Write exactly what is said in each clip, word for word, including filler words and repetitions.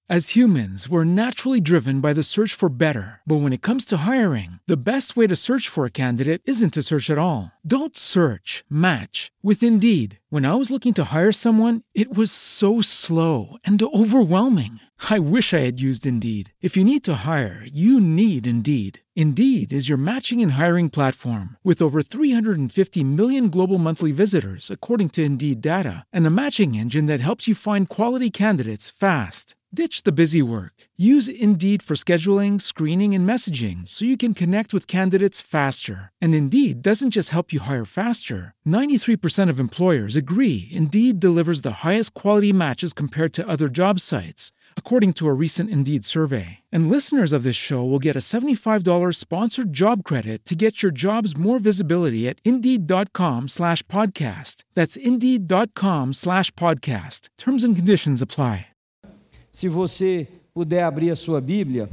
As humans, we're naturally driven by the search for better. But when it comes to hiring, the best way to search for a candidate isn't to search at all. Don't search, match with Indeed. When I was looking to hire someone, it was so slow and overwhelming. I wish I had used Indeed. If you need to hire, you need Indeed. Indeed is your matching and hiring platform with over three hundred fifty million global monthly visitors, according to Indeed data, and a matching engine that helps you find quality candidates fast. Ditch the busy work. Use Indeed for scheduling, screening, and messaging so you can connect with candidates faster. And Indeed doesn't just help you hire faster. ninety-three percent of employers agree Indeed delivers the highest quality matches compared to other job sites, according to a recent Indeed survey. And listeners of this show will get a seventy-five dollars sponsored job credit to get your jobs more visibility at Indeed.com slash podcast. That's Indeed.com slash podcast. Terms and conditions apply. Se você puder abrir a sua Bíblia,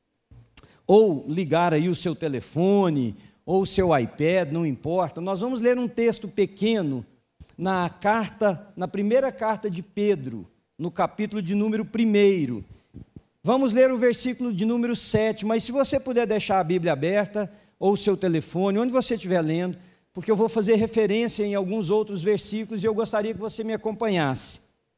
ou ligar aí o seu telefone, ou o seu iPad, não importa, nós vamos ler um texto pequeno na carta, na primeira carta de Pedro, no capítulo de número primeiro. Vamos ler o versículo de número sete, mas se você puder deixar a Bíblia aberta, ou o seu telefone, onde você estiver lendo, porque eu vou fazer referência em alguns outros versículos e eu gostaria que você me acompanhasse.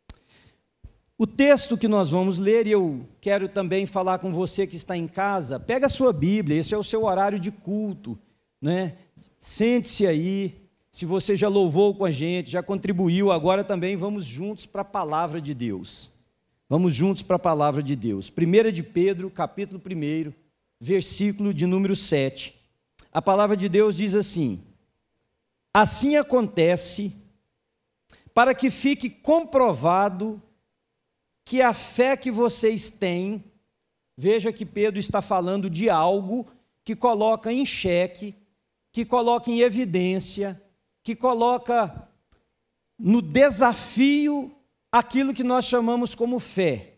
O texto que nós vamos ler, e eu quero também falar com você que está em casa, pega a sua Bíblia, esse é o seu horário de culto, né? Sente-se aí, se você já louvou com a gente, já contribuiu, agora também vamos juntos para a palavra de Deus. Vamos juntos para a palavra de Deus. primeira de Pedro, capítulo primeiro, versículo de número sete. A palavra de Deus diz assim: assim acontece para que fique comprovado que a fé que vocês têm, veja que Pedro está falando de algo que coloca em xeque, que coloca em evidência, que coloca no desafio aquilo que nós chamamos como fé.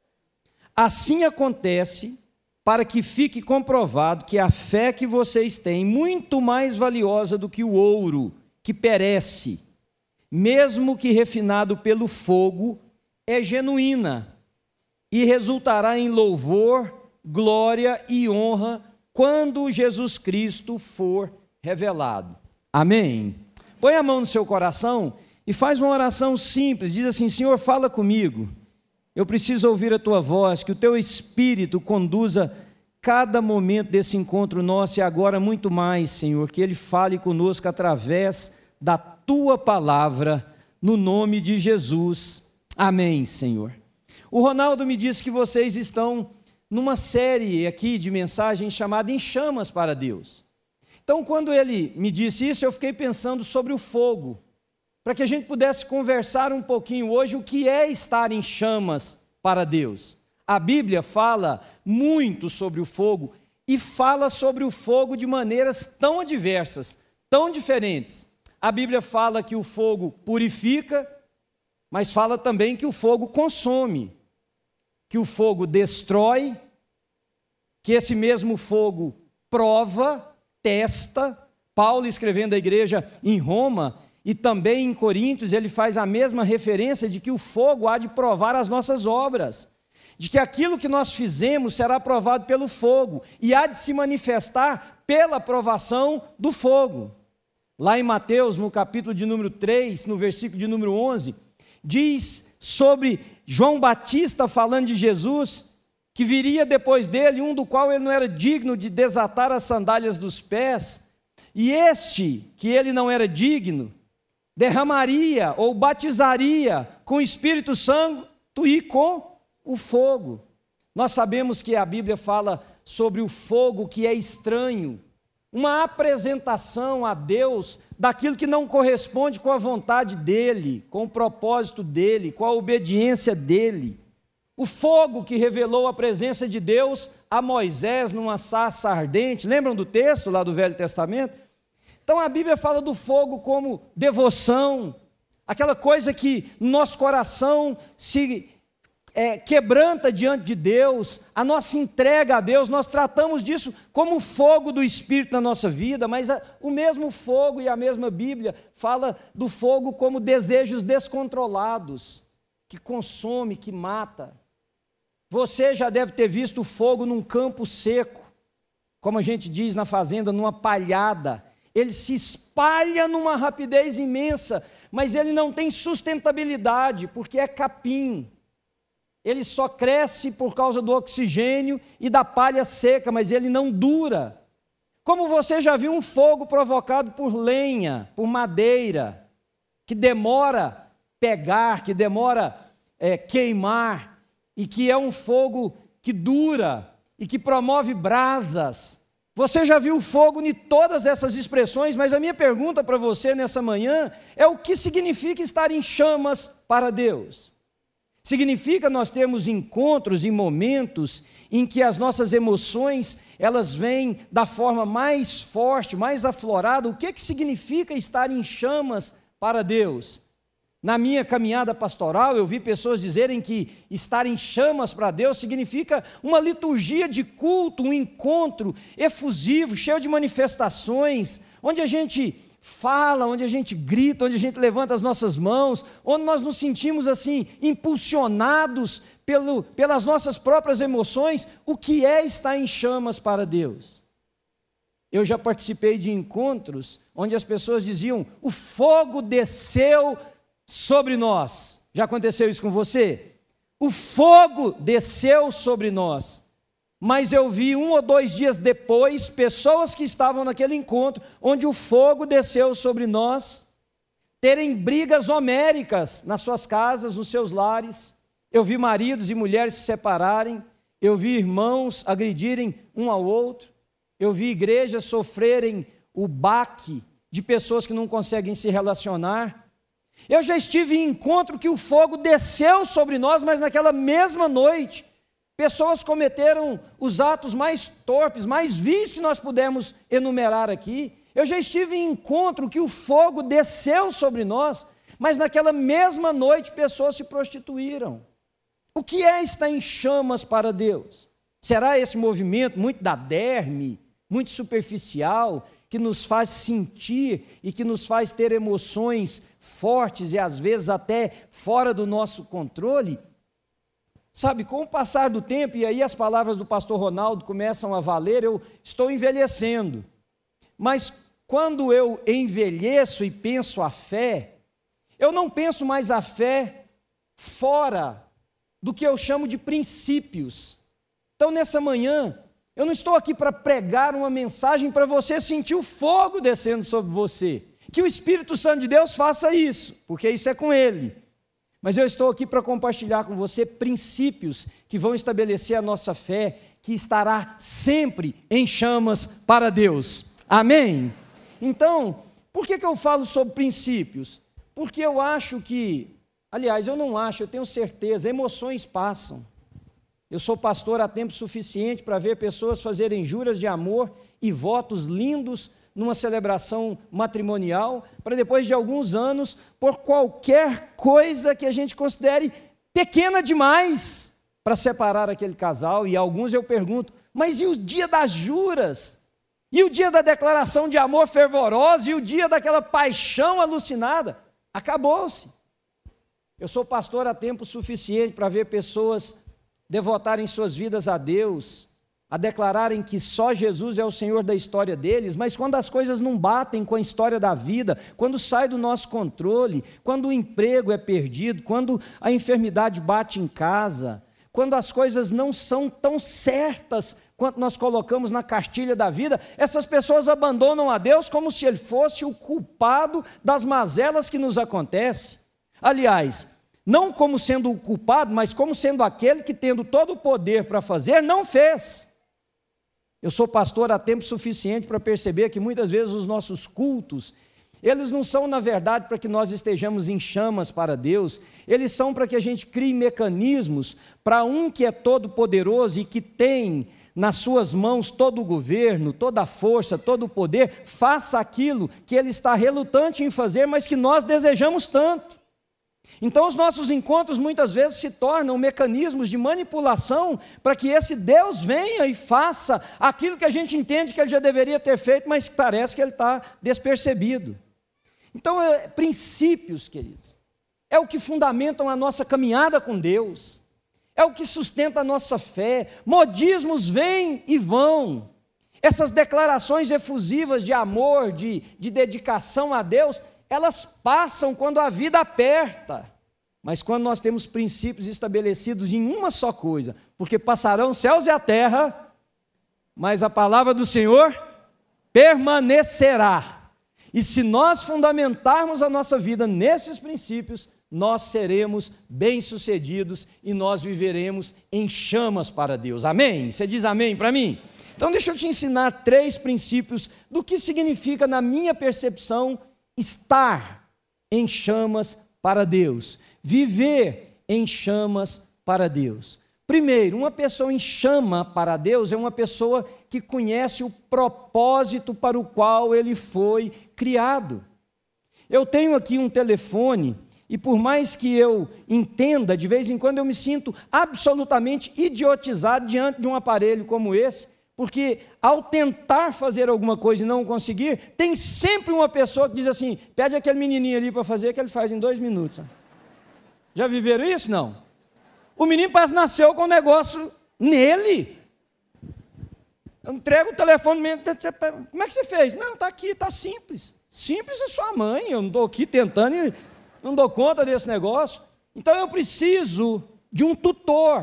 Assim acontece para que fique comprovado que a fé que vocês têm, muito mais valiosa do que o ouro, que perece, mesmo que refinado pelo fogo, é genuína e resultará em louvor, glória e honra quando Jesus Cristo for revelado. Amém? Põe a mão no seu coração e faz uma oração simples, diz assim: Senhor, fala comigo, eu preciso ouvir a Tua voz, que o Teu Espírito conduza cada momento desse encontro nosso e agora muito mais, Senhor, que Ele fale conosco através da Tua palavra, no nome de Jesus. Amém, Senhor. O Ronaldo me disse que vocês estão numa série aqui de mensagens chamada Em Chamas para Deus. Então, quando ele me disse isso, eu fiquei pensando sobre o fogo, para que a gente pudesse conversar um pouquinho hoje o que é estar em chamas para Deus. A Bíblia fala muito sobre o fogo e fala sobre o fogo de maneiras tão adversas, tão diferentes. A Bíblia fala que o fogo purifica, mas fala também que o fogo consome, que o fogo destrói, que esse mesmo fogo prova, testa. Paulo, escrevendo à igreja em Roma e também em Coríntios, ele faz a mesma referência de que o fogo há de provar as nossas obras, de que aquilo que nós fizemos será provado pelo fogo e há de se manifestar pela provação do fogo. Lá em Mateus, no capítulo de número três, no versículo de número onze, diz sobre João Batista falando de Jesus, que viria depois dele, um do qual ele não era digno de desatar as sandálias dos pés, e este, que ele não era digno, derramaria ou batizaria com o Espírito Santo e com o fogo. Nós sabemos que a Bíblia fala sobre o fogo que é estranho, uma apresentação a Deus daquilo que não corresponde com a vontade dEle, com o propósito dEle, com a obediência dEle. O fogo que revelou a presença de Deus a Moisés numa sarça ardente, lembram do texto lá do Velho Testamento? Então a Bíblia fala do fogo como devoção, aquela coisa que no nosso coração se É, quebranta diante de Deus, a nossa entrega a Deus. Nós tratamos disso como o fogo do Espírito na nossa vida, mas a, o mesmo fogo e a mesma Bíblia fala do fogo como desejos descontrolados, que consome, que mata. Você já deve ter visto fogo num campo seco, como a gente diz na fazenda, numa palhada. Ele se espalha numa rapidez imensa, mas ele não tem sustentabilidade, porque é capim. Ele só cresce por causa do oxigênio e da palha seca, mas ele não dura. Como você já viu um fogo provocado por lenha, por madeira, que demora pegar, que demora é, queimar, e que é um fogo que dura e que promove brasas. Você já viu fogo em todas essas expressões, mas a minha pergunta para você nessa manhã é: o que significa estar em chamas para Deus? Significa nós termos encontros e momentos em que as nossas emoções, elas vêm da forma mais forte, mais aflorada. O que, que significa estar em chamas para Deus? Na minha caminhada pastoral, eu vi pessoas dizerem que estar em chamas para Deus significa uma liturgia de culto, um encontro efusivo, cheio de manifestações, onde a gente fala, onde a gente grita, onde a gente levanta as nossas mãos, onde nós nos sentimos assim, impulsionados pelo, pelas nossas próprias emoções. O que é estar em chamas para Deus? Eu já participei de encontros onde as pessoas diziam: o fogo desceu sobre nós. Já aconteceu isso com você? O fogo desceu sobre nós. Mas eu vi um ou dois dias depois, pessoas que estavam naquele encontro, onde o fogo desceu sobre nós, terem brigas homéricas nas suas casas, nos seus lares. Eu vi maridos e mulheres se separarem, eu vi irmãos agredirem um ao outro, eu vi igrejas sofrerem o baque de pessoas que não conseguem se relacionar. Eu já estive em encontro que o fogo desceu sobre nós, mas naquela mesma noite, pessoas cometeram os atos mais torpes, mais vis que nós pudemos enumerar aqui. Eu já estive em encontro que o fogo desceu sobre nós, mas naquela mesma noite pessoas se prostituíram. O que é estar em chamas para Deus? Será esse movimento muito da derme, muito superficial, que nos faz sentir e que nos faz ter emoções fortes e às vezes até fora do nosso controle? Sabe, com o passar do tempo, e aí as palavras do pastor Ronaldo começam a valer, eu estou envelhecendo. Mas quando eu envelheço e penso a fé, eu não penso mais a fé fora do que eu chamo de princípios. Então, nessa manhã, eu não estou aqui para pregar uma mensagem para você sentir o fogo descendo sobre você. Que o Espírito Santo de Deus faça isso, porque isso é com Ele. Mas eu estou aqui para compartilhar com você princípios que vão estabelecer a nossa fé, que estará sempre em chamas para Deus. Amém? Então, por que que eu falo sobre princípios? Porque eu acho que, aliás, eu não acho, eu tenho certeza, emoções passam. Eu sou pastor há tempo suficiente para ver pessoas fazerem juras de amor e votos lindos numa celebração matrimonial, para depois de alguns anos, por qualquer coisa que a gente considere pequena demais, para separar aquele casal. E alguns eu pergunto: mas e o dia das juras? E o dia da declaração de amor fervorosa? E o dia daquela paixão alucinada? Acabou-se. Eu sou pastor há tempo suficiente para ver pessoas devotarem suas vidas a Deus, a declararem que só Jesus é o Senhor da história deles, mas quando as coisas não batem com a história da vida, quando sai do nosso controle, quando o emprego é perdido, quando a enfermidade bate em casa, quando as coisas não são tão certas quanto nós colocamos na cartilha da vida, essas pessoas abandonam a Deus como se Ele fosse o culpado das mazelas que nos acontecem. Aliás, não como sendo o culpado, mas como sendo aquele que, tendo todo o poder para fazer, não fez. Eu sou pastor há tempo suficiente para perceber que muitas vezes os nossos cultos, eles não são, na verdade, para que nós estejamos em chamas para Deus, eles são para que a gente crie mecanismos para um que é todo poderoso e que tem nas suas mãos todo o governo, toda a força, todo o poder, faça aquilo que Ele está relutante em fazer, mas que nós desejamos tanto. Então os nossos encontros muitas vezes se tornam mecanismos de manipulação para que esse Deus venha e faça aquilo que a gente entende que Ele já deveria ter feito, mas parece que Ele está despercebido. Então, é, princípios, queridos, é o que fundamentam a nossa caminhada com Deus, é o que sustenta a nossa fé. Modismos vêm e vão. Essas declarações efusivas de amor, de, de dedicação a Deus, elas passam quando a vida aperta. Mas quando nós temos princípios estabelecidos em uma só coisa, porque passarão os céus e a terra, mas a palavra do Senhor permanecerá. E se nós fundamentarmos a nossa vida nesses princípios, nós seremos bem-sucedidos e nós viveremos em chamas para Deus. Amém? Você diz amém para mim? Então deixa eu te ensinar três princípios do que significa, na minha percepção, estar em chamas para Deus. Viver em chamas para Deus. Primeiro, uma pessoa em chama para Deus é uma pessoa que conhece o propósito para o qual ele foi criado. Eu tenho aqui um telefone e por mais que eu entenda, de vez em quando eu me sinto absolutamente idiotizado diante de um aparelho como esse, porque ao tentar fazer alguma coisa e não conseguir, tem sempre uma pessoa que diz assim, pede aquele menininho ali para fazer que ele faz em dois minutos. Já viveram isso? Não. O menino parece que nasceu com um negócio nele. Eu entrego o telefone, como é que você fez? Não, está aqui, está simples. Simples é sua mãe, eu não estou aqui tentando e não dou conta desse negócio. Então eu preciso de um tutor.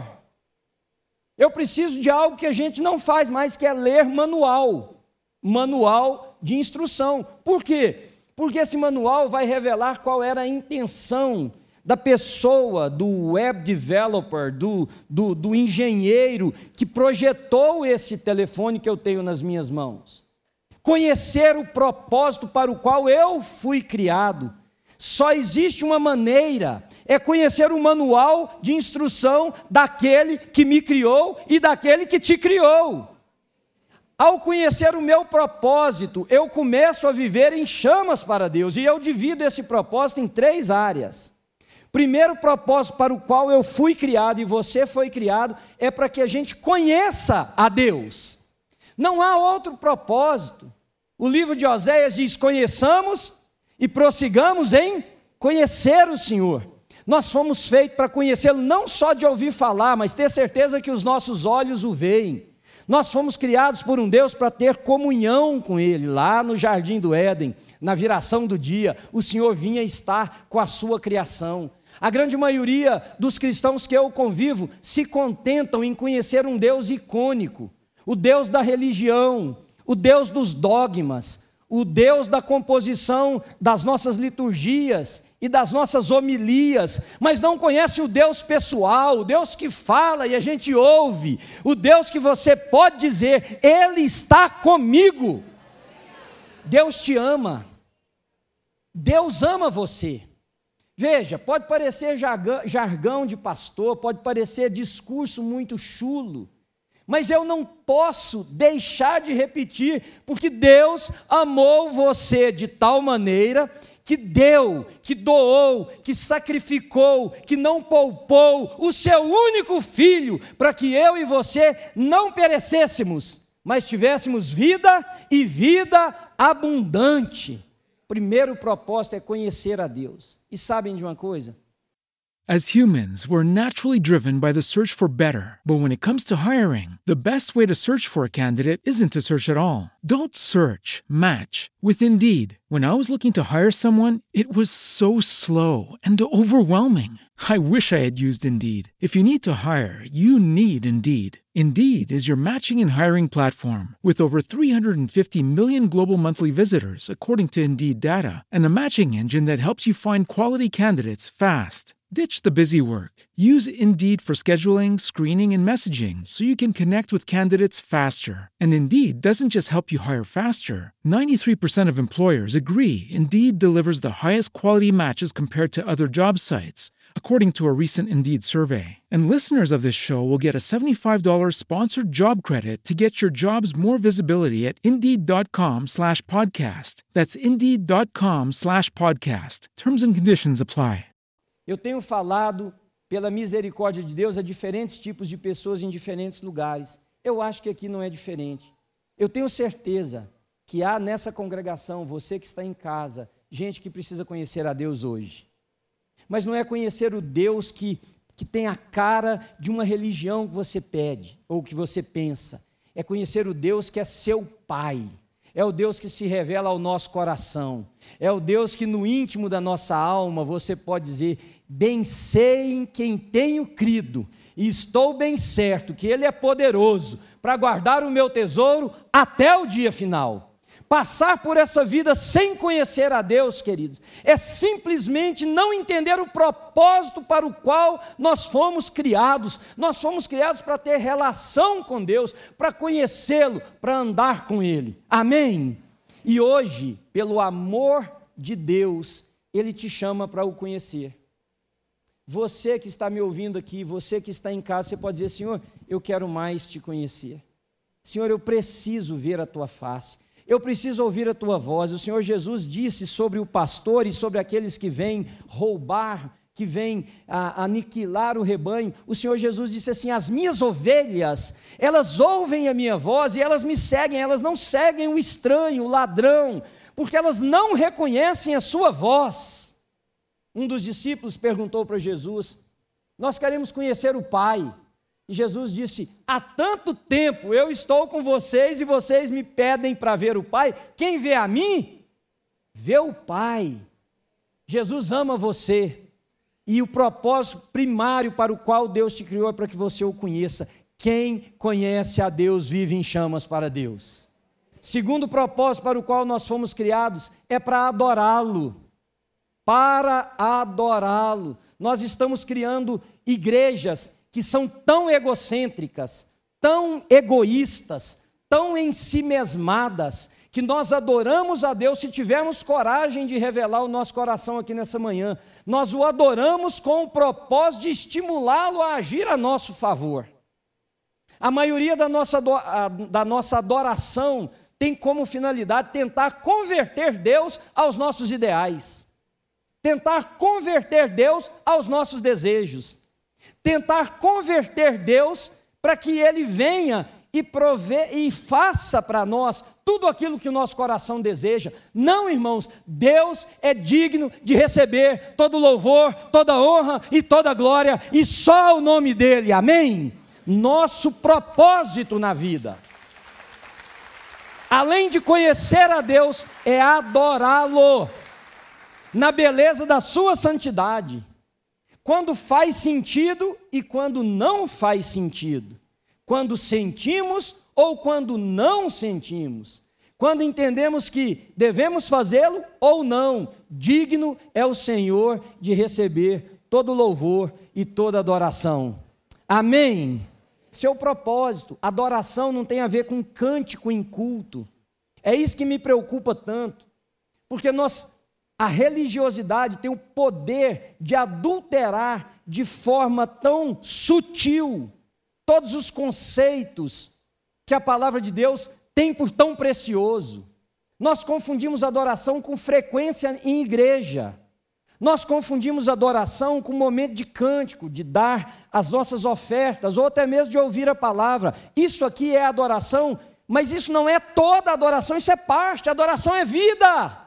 Eu preciso de algo que a gente não faz mais, que é ler manual. Manual de instrução. Por quê? Porque esse manual vai revelar qual era a intenção da pessoa, do web developer, do, do, do engenheiro que projetou esse telefone que eu tenho nas minhas mãos. Conhecer o propósito para o qual eu fui criado. Só existe uma maneira, é conhecer o manual de instrução daquele que me criou e daquele que te criou. Ao conhecer o meu propósito, eu começo a viver em chamas para Deus, e eu divido esse propósito em três áreas. Primeiro propósito para o qual eu fui criado e você foi criado é para que a gente conheça a Deus. Não há outro propósito. O livro de Oséias diz: conheçamos e prossigamos em conhecer o Senhor. Nós fomos feitos para conhecê-lo não só de ouvir falar, mas ter certeza que os nossos olhos o veem. Nós fomos criados por um Deus para ter comunhão com Ele. Lá no Jardim do Éden, na viração do dia, o Senhor vinha estar com a sua criação. A grande maioria dos cristãos que eu convivo se contentam em conhecer um Deus icônico, o Deus da religião, o Deus dos dogmas, o Deus da composição das nossas liturgias e das nossas homilias, mas não conhece o Deus pessoal, o Deus que fala e a gente ouve, o Deus que você pode dizer, Ele está comigo. Deus te ama, Deus ama você. Veja, pode parecer jargão de pastor, pode parecer discurso muito chulo, mas eu não posso deixar de repetir, porque Deus amou você de tal maneira que deu, que doou, que sacrificou, que não poupou o seu único filho, para que eu e você não perecêssemos, mas tivéssemos vida e vida abundante. Primeiro propósito é conhecer a Deus. E sabem de uma coisa? As humans, we're naturally driven by the search for better. But when it comes to hiring, the best way to search for a candidate isn't to search at all. Don't search, match with Indeed. When I was looking to hire someone, it was so slow and overwhelming. I wish I had used Indeed. If you need to hire, you need Indeed. Indeed is your matching and hiring platform with over three hundred fifty million global monthly visitors, according to Indeed data, and a matching engine that helps you find quality candidates fast. Ditch the busy work. Use Indeed for scheduling, screening, and messaging so you can connect with candidates faster. And Indeed doesn't just help you hire faster. ninety-three percent of employers agree Indeed delivers the highest quality matches compared to other job sites, according to a recent Indeed survey. And listeners of this show will get a seventy-five dollars sponsored job credit to get your jobs more visibility at Indeed.com slash podcast. That's Indeed.com slash podcast. Terms and conditions apply. Eu tenho falado, pela misericórdia de Deus, a diferentes tipos de pessoas em diferentes lugares. Eu acho que aqui não é diferente. Eu tenho certeza que há nessa congregação, você que está em casa, gente que precisa conhecer a Deus hoje. Mas não é conhecer o Deus que que tem a cara de uma religião que você pede, ou que você pensa. É conhecer o Deus que é seu Pai. É o Deus que se revela ao nosso coração. É o Deus que no íntimo da nossa alma você pode dizer: bem sei em quem tenho crido, e estou bem certo que Ele é poderoso para guardar o meu tesouro até o dia final. Passar por essa vida sem conhecer a Deus, queridos, é simplesmente não entender o propósito para o qual nós fomos criados. Nós fomos criados para ter relação com Deus, para conhecê-lo, para andar com Ele. Amém? E hoje, pelo amor de Deus, Ele te chama para o conhecer. Você que está me ouvindo aqui, você que está em casa, você pode dizer: Senhor, eu quero mais te conhecer. Senhor, eu preciso ver a Tua face. Eu preciso ouvir a Tua voz. O Senhor Jesus disse sobre o pastor e sobre aqueles que vêm roubar, que vêm a, aniquilar o rebanho. O Senhor Jesus disse assim: as minhas ovelhas, elas ouvem a minha voz e elas me seguem, elas não seguem o estranho, o ladrão, porque elas não reconhecem a sua voz. Um dos discípulos perguntou para Jesus: nós queremos conhecer o Pai. E Jesus disse: há tanto tempo eu estou com vocês e vocês me pedem para ver o Pai. Quem vê a mim, vê o Pai. Jesus ama você. E o propósito primário para o qual Deus te criou é para que você o conheça. Quem conhece a Deus vive em chamas para Deus. Segundo propósito para o qual nós fomos criados é para adorá-lo. Para adorá-lo. Nós estamos criando igrejas que são tão egocêntricas, tão egoístas, tão ensimesmadas, que nós adoramos a Deus se tivermos coragem de revelar o nosso coração aqui nessa manhã. Nós o adoramos com o propósito de estimulá-lo a agir a nosso favor. A maioria da nossa, da nossa adoração tem como finalidade tentar converter Deus aos nossos ideais, tentar converter Deus aos nossos desejos, tentar converter Deus para que Ele venha e provê e faça para nós tudo aquilo que o nosso coração deseja. Não, irmãos, Deus é digno de receber todo louvor, toda honra e toda glória, e só o nome dEle, amém? Nosso propósito na vida, além de conhecer a Deus, é adorá-lo, na beleza da sua santidade, quando faz sentido e quando não faz sentido, quando sentimos ou quando não sentimos, quando entendemos que devemos fazê-lo ou não, digno é o Senhor de receber todo louvor e toda adoração. Amém? Seu propósito, adoração não tem a ver com cântico em culto. É isso que me preocupa tanto, porque nós... A religiosidade tem o poder de adulterar de forma tão sutil todos os conceitos que a palavra de Deus tem por tão precioso. Nós confundimos adoração com frequência em igreja. Nós confundimos adoração com momento de cântico, de dar as nossas ofertas, ou até mesmo de ouvir a palavra. Isso aqui é adoração, mas isso não é toda adoração, isso é parte. Adoração é vida.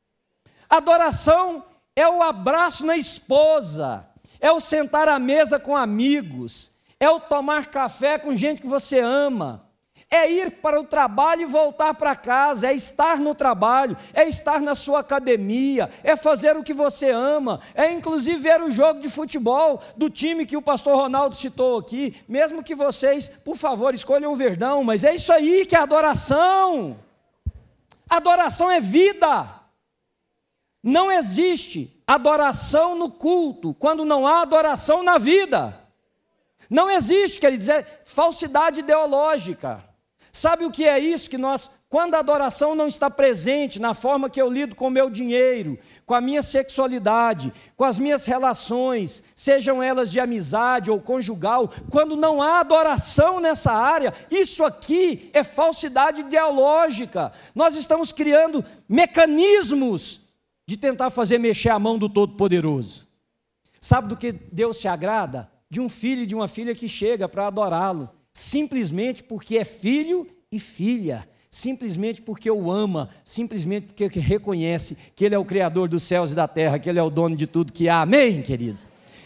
Adoração é o abraço na esposa, é o sentar à mesa com amigos, é o tomar café com gente que você ama, é ir para o trabalho e voltar para casa, é estar no trabalho, é estar na sua academia, é fazer o que você ama, é inclusive ver o jogo de futebol do time que o pastor Ronaldo citou aqui, mesmo que vocês, por favor, escolham o Verdão, mas é isso aí que é adoração. Adoração é vida. Não existe adoração no culto quando não há adoração na vida. Não existe, quer dizer, falsidade ideológica. Sabe o que é isso que nós, quando a adoração não está presente na forma que eu lido com o meu dinheiro, com a minha sexualidade, com as minhas relações, sejam elas de amizade ou conjugal, quando não há adoração nessa área, isso aqui é falsidade ideológica. Nós estamos criando mecanismos de tentar fazer mexer a mão do Todo-Poderoso. Sabe do que Deus se agrada? De um filho e de uma filha que chega para adorá-lo, simplesmente porque é filho e filha, simplesmente porque o ama, simplesmente porque reconhece que Ele é o Criador dos céus e da terra, que Ele é o dono de tudo que há. Amém, queridos?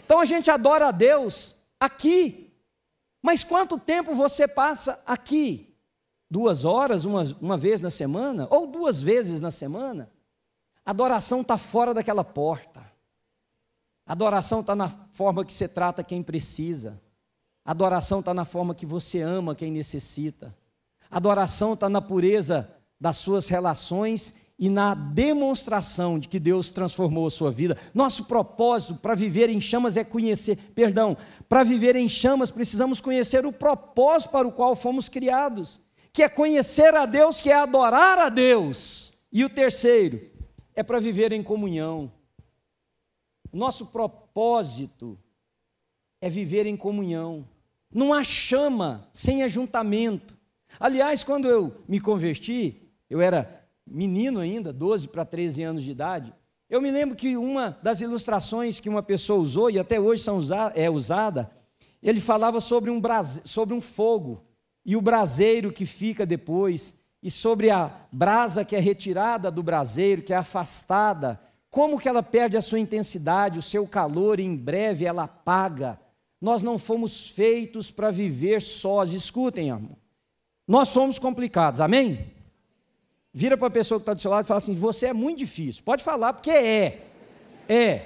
Então a gente adora a Deus aqui. Mas quanto tempo você passa aqui? Duas horas, uma, uma vez na semana? Ou duas vezes na semana? A adoração está fora daquela porta. A adoração está na forma que você trata quem precisa. A adoração está na forma que você ama quem necessita. A adoração está na pureza das suas relações e na demonstração de que Deus transformou a sua vida. Nosso propósito para viver em chamas é conhecer, perdão, para viver em chamas precisamos conhecer o propósito para o qual fomos criados, que é conhecer a Deus, que é adorar a Deus. E o terceiro é para viver em comunhão. Nosso propósito é viver em comunhão. Não há chama sem ajuntamento. Aliás, quando eu me converti, eu era menino ainda, doze para treze anos de idade, eu me lembro que uma das ilustrações que uma pessoa usou, e até hoje são usa, é usada, ele falava sobre um, brase, sobre um fogo, e o braseiro que fica depois, e sobre a brasa que é retirada do braseiro, que é afastada, como que ela perde a sua intensidade, o seu calor, e em breve ela apaga. Nós não fomos feitos para viver sós. Escutem, amor. Nós somos complicados, amém? Vira para a pessoa que está do seu lado e fala assim: você é muito difícil. Pode falar, porque é. É.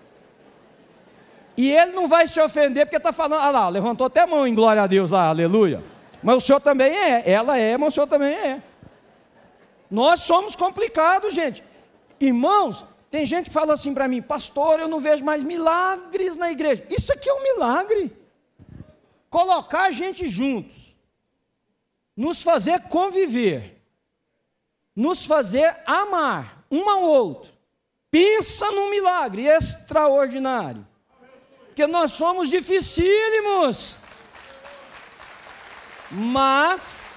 E ele não vai se ofender porque está falando. Ah lá, levantou até a mão em glória a Deus lá, aleluia. Mas o senhor também é. Ela é, mas o senhor também é. Nós somos complicados, gente. Irmãos, tem gente que fala assim para mim: pastor, eu não vejo mais milagres na igreja. Isso aqui é um milagre. Colocar a gente juntos, nos fazer conviver, nos fazer amar um ao outro. Pensa num milagre extraordinário. Porque nós somos dificílimos. Mas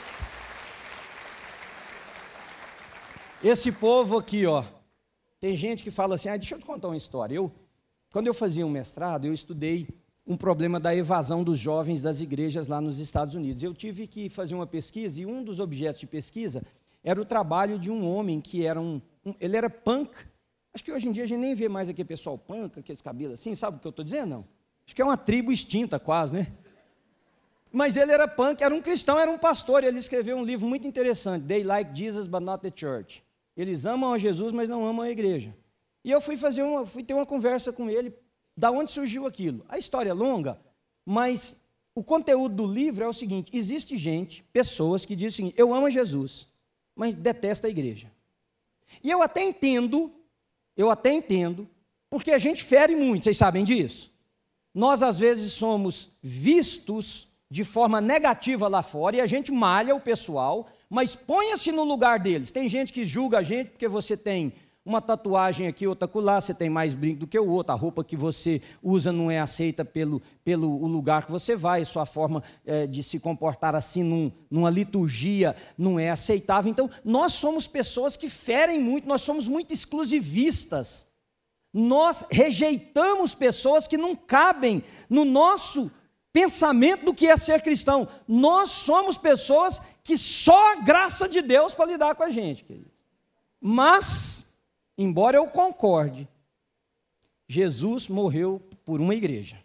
esse povo aqui, ó, tem gente que fala assim: ah, deixa eu te contar uma história. Eu, quando eu fazia um mestrado, eu estudei um problema da evasão dos jovens das igrejas lá nos Estados Unidos. Eu tive que fazer uma pesquisa, e um dos objetos de pesquisa era o trabalho de um homem que era um, um ele era punk. Acho que hoje em dia a gente nem vê mais aquele pessoal punk, aqueles cabelos assim, sabe o que eu estou dizendo? Não. Acho que é uma tribo extinta quase, né? Mas ele era punk, era um cristão, era um pastor, e ele escreveu um livro muito interessante, They Like Jesus But Not the Church. Eles amam a Jesus, mas não amam a igreja. E eu fui, fazer uma, fui ter uma conversa com ele, da onde surgiu aquilo. A história é longa, mas o conteúdo do livro é o seguinte: existe gente, pessoas que dizem o seguinte: eu amo a Jesus, mas detesta a igreja. E eu até entendo, eu até entendo, porque a gente fere muito, vocês sabem disso? Nós às vezes somos vistos de forma negativa lá fora, e a gente malha o pessoal, mas ponha-se no lugar deles. Tem gente que julga a gente porque você tem uma tatuagem aqui, outra acolá, você tem mais brinco do que o outro, a roupa que você usa não é aceita pelo, pelo o lugar que você vai, sua forma é, de se comportar assim num, numa liturgia não é aceitável. Então, nós somos pessoas que ferem muito, nós somos muito exclusivistas. Nós rejeitamos pessoas que não cabem no nosso pensamento do que é ser cristão. Nós somos pessoas que só a graça de Deus para lidar com a gente, querido. Mas, embora eu concorde, Jesus morreu por uma igreja.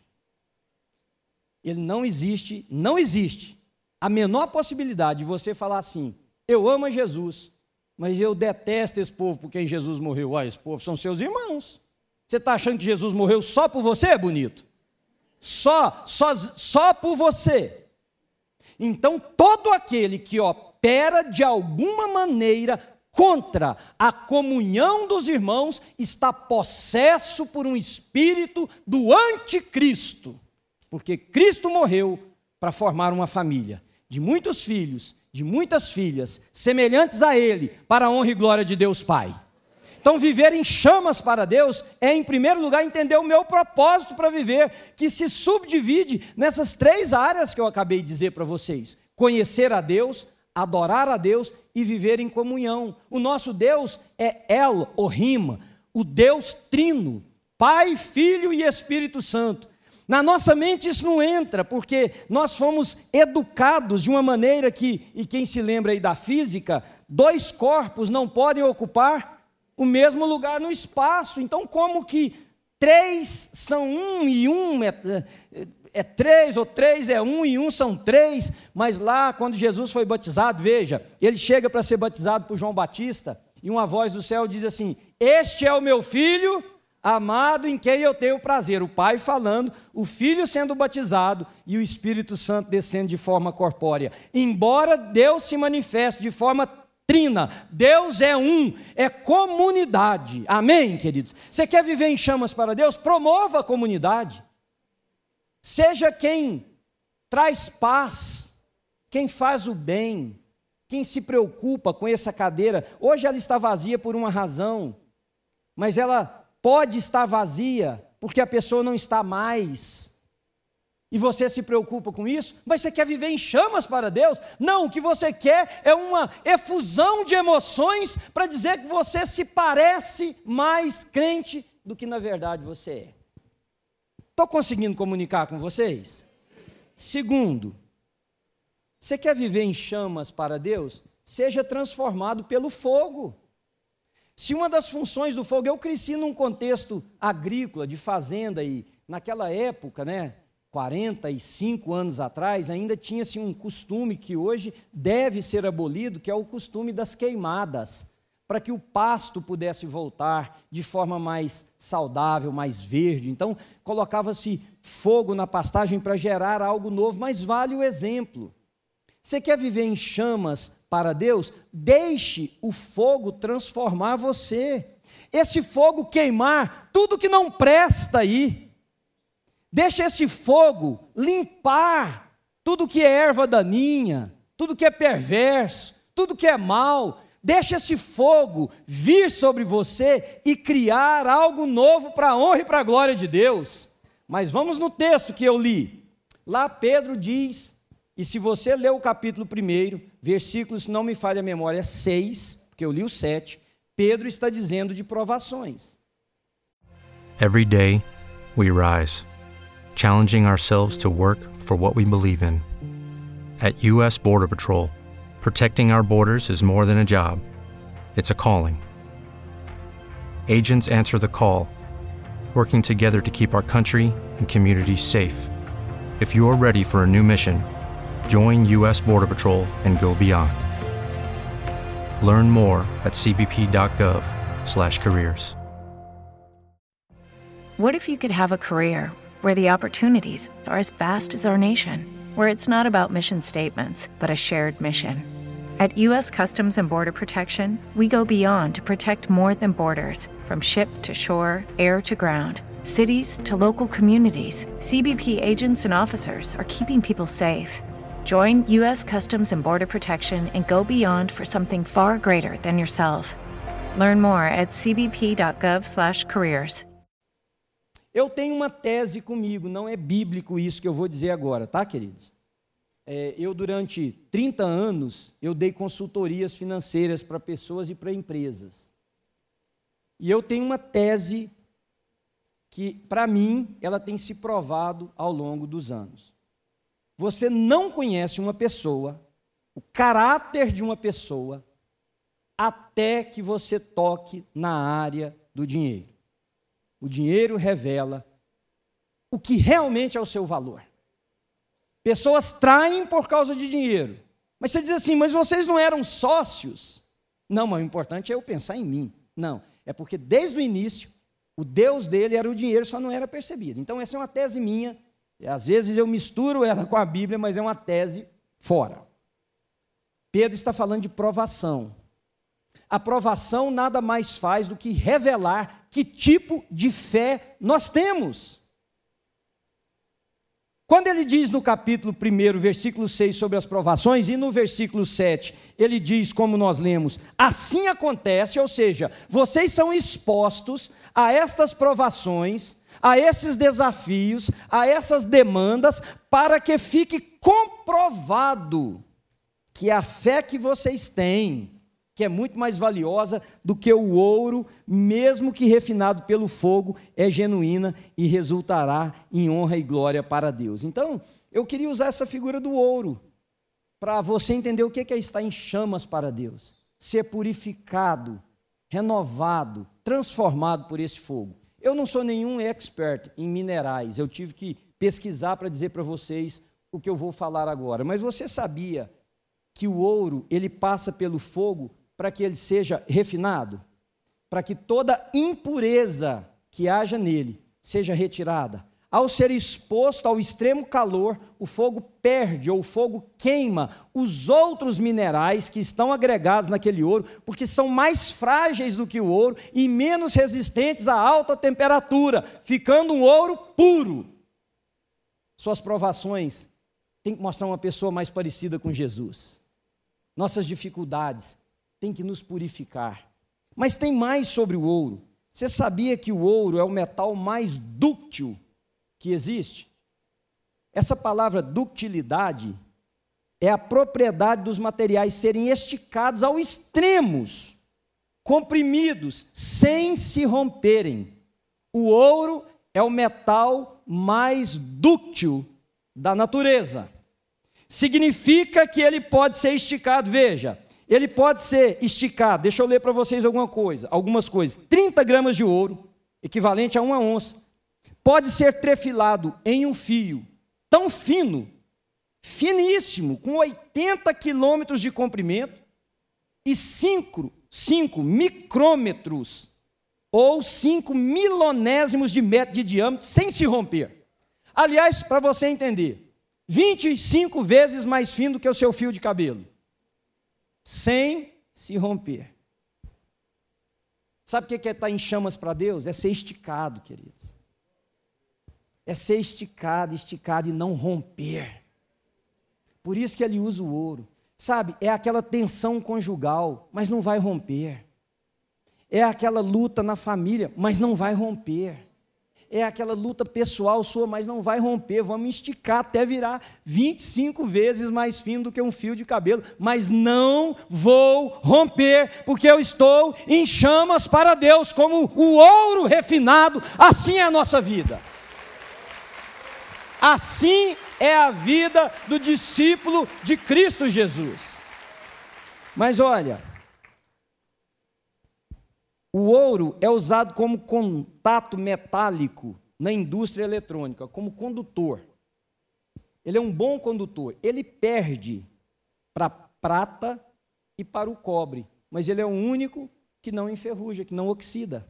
Ele não existe, não existe a menor possibilidade de você falar assim: eu amo a Jesus, mas eu detesto esse povo por quem Jesus morreu. Ah, esse povo são seus irmãos. Você está achando que Jesus morreu só por você, bonito? Só, só, só por você. Então, todo aquele que opera de alguma maneira contra a comunhão dos irmãos está possesso por um espírito do anticristo, porque Cristo morreu para formar uma família de muitos filhos, de muitas filhas, semelhantes a Ele, para a honra e glória de Deus Pai. Então, viver em chamas para Deus é, em primeiro lugar, entender o meu propósito para viver, que se subdivide nessas três áreas que eu acabei de dizer para vocês: conhecer a Deus, adorar a Deus e viver em comunhão. O nosso Deus é El, Ohim, o Deus trino, Pai, Filho e Espírito Santo. Na nossa mente isso não entra, porque nós fomos educados de uma maneira que, e quem se lembra aí da física, dois corpos não podem ocupar o mesmo lugar no espaço. Então, como que três são um e um é, é três, ou três é um e um são três, mas lá quando Jesus foi batizado, veja, ele chega para ser batizado por João Batista, e uma voz do céu diz assim: este é o meu filho amado em quem eu tenho prazer. O Pai falando, o Filho sendo batizado e o Espírito Santo descendo de forma corpórea. Embora Deus se manifeste de forma trina, Deus é um, é comunidade. Amém, queridos? Você quer viver em chamas para Deus? Promova a comunidade. Seja quem traz paz, quem faz o bem, quem se preocupa com essa cadeira. Hoje ela está vazia por uma razão, mas ela pode estar vazia porque a pessoa não está mais. E você se preocupa com isso? Mas você quer viver em chamas para Deus? Não, o que você quer é uma efusão de emoções para dizer que você se parece mais crente do que na verdade você é. Estou conseguindo comunicar com vocês? Segundo, você quer viver em chamas para Deus? Seja transformado pelo fogo. Se uma das funções do fogo, eu cresci num contexto agrícola, de fazenda, e naquela época, né, quarenta e cinco anos atrás, ainda tinha-se um costume que hoje deve ser abolido, que é o costume das queimadas, para que o pasto pudesse voltar de forma mais saudável, mais verde. Então, colocava-se fogo na pastagem para gerar algo novo, mas vale o exemplo. Você quer viver em chamas para Deus? Deixe o fogo transformar você. Esse fogo queimar tudo que não presta aí. Deixe esse fogo limpar tudo que é erva daninha, tudo que é perverso, tudo que é mal. Deixe esse fogo vir sobre você e criar algo novo para a honra e para a glória de Deus. Mas vamos no texto que eu li. Lá Pedro diz, e se você ler o capítulo primeiro, versículo, se não me falha a memória, seis, porque eu li o sete, Pedro está dizendo de provações. Every day we rise, challenging ourselves to work for what we believe in. At U S Border Patrol, protecting our borders is more than a job, it's a calling. Agents answer the call, working together to keep our country and communities safe. If you are ready for a new mission, join U S Border Patrol and go beyond. Learn more at c b p dot gov slash careers. What if you could have a career where the opportunities are as vast as our nation, where it's not about mission statements, but a shared mission? At U S Customs and Border Protection, we go beyond to protect more than borders. From ship to shore, air to ground, cities to local communities, C B P agents and officers are keeping people safe. Join U S Customs and Border Protection and go beyond for something far greater than yourself. Learn more at c b p dot gov slash careers. Eu tenho uma tese comigo, não é bíblico isso que eu vou dizer agora, tá, queridos? É, eu, durante trinta anos, eu dei consultorias financeiras para pessoas e para empresas. E eu tenho uma tese que, para mim, ela tem se provado ao longo dos anos. Você não conhece uma pessoa, o caráter de uma pessoa, até que você toque na área do dinheiro. O dinheiro revela o que realmente é o seu valor. Pessoas traem por causa de dinheiro. Mas você diz assim, mas vocês não eram sócios? Não, mas o importante é eu pensar em mim. Não, é porque desde o início, o Deus dele era o dinheiro, só não era percebido. Então essa é uma tese minha. Às vezes eu misturo ela com a Bíblia, mas é uma tese fora. Pedro está falando de provação. A provação nada mais faz do que revelar que tipo de fé nós temos. Quando ele diz no capítulo primeiro, versículo seis, sobre as provações, e no versículo sete, ele diz, como nós lemos, assim acontece, ou seja, vocês são expostos a estas provações, a esses desafios, a essas demandas, para que fique comprovado que a fé que vocês têm, que é muito mais valiosa do que o ouro, mesmo que refinado pelo fogo, é genuína e resultará em honra e glória para Deus. Então, eu queria usar essa figura do ouro, para você entender o que é estar em chamas para Deus, ser purificado, renovado, transformado por esse fogo. Eu não sou nenhum expert em minerais, eu tive que pesquisar para dizer para vocês o que eu vou falar agora. Mas você sabia que o ouro, ele passa pelo fogo para que ele seja refinado? Para que toda impureza que haja nele seja retirada. Ao ser exposto ao extremo calor, o fogo perde ou o fogo queima os outros minerais que estão agregados naquele ouro, porque são mais frágeis do que o ouro e menos resistentes a alta temperatura, ficando um ouro puro. Suas provações têm que mostrar uma pessoa mais parecida com Jesus. Nossas dificuldades têm que nos purificar. Mas tem mais sobre o ouro. Você sabia que o ouro é o metal mais dúctil que existe? Essa palavra ductilidade é a propriedade dos materiais serem esticados ao extremos, comprimidos, sem se romperem. O ouro é o metal mais dúctil da natureza. Significa que ele pode ser esticado, veja, ele pode ser esticado, deixa eu ler para vocês alguma coisa, algumas coisas, trinta gramas de ouro, equivalente a uma onça, pode ser trefilado em um fio tão fino, finíssimo, com oitenta quilômetros de comprimento e cinco micrômetros, ou cinco milonésimos de metro de diâmetro, sem se romper. Aliás, para você entender, vinte e cinco vezes mais fino do que o seu fio de cabelo, sem se romper. Sabe o que é estar em chamas para Deus? É ser esticado, queridos. É ser esticado, esticado e não romper. Por isso que ele usa o ouro. Sabe, é aquela tensão conjugal, mas não vai romper. É aquela luta na família, mas não vai romper. É aquela luta pessoal sua, mas não vai romper. Vamos esticar até virar vinte e cinco vezes mais fino do que um fio de cabelo, mas não vou romper, porque eu estou em chamas para Deus, como o ouro refinado. Assim é a nossa vida. Assim é a vida do discípulo de Cristo Jesus. Mas olha, o ouro é usado como contato metálico na indústria eletrônica, como condutor. Ele é um bom condutor. Ele perde para a prata e para o cobre, mas ele é o único que não enferruja, que não oxida.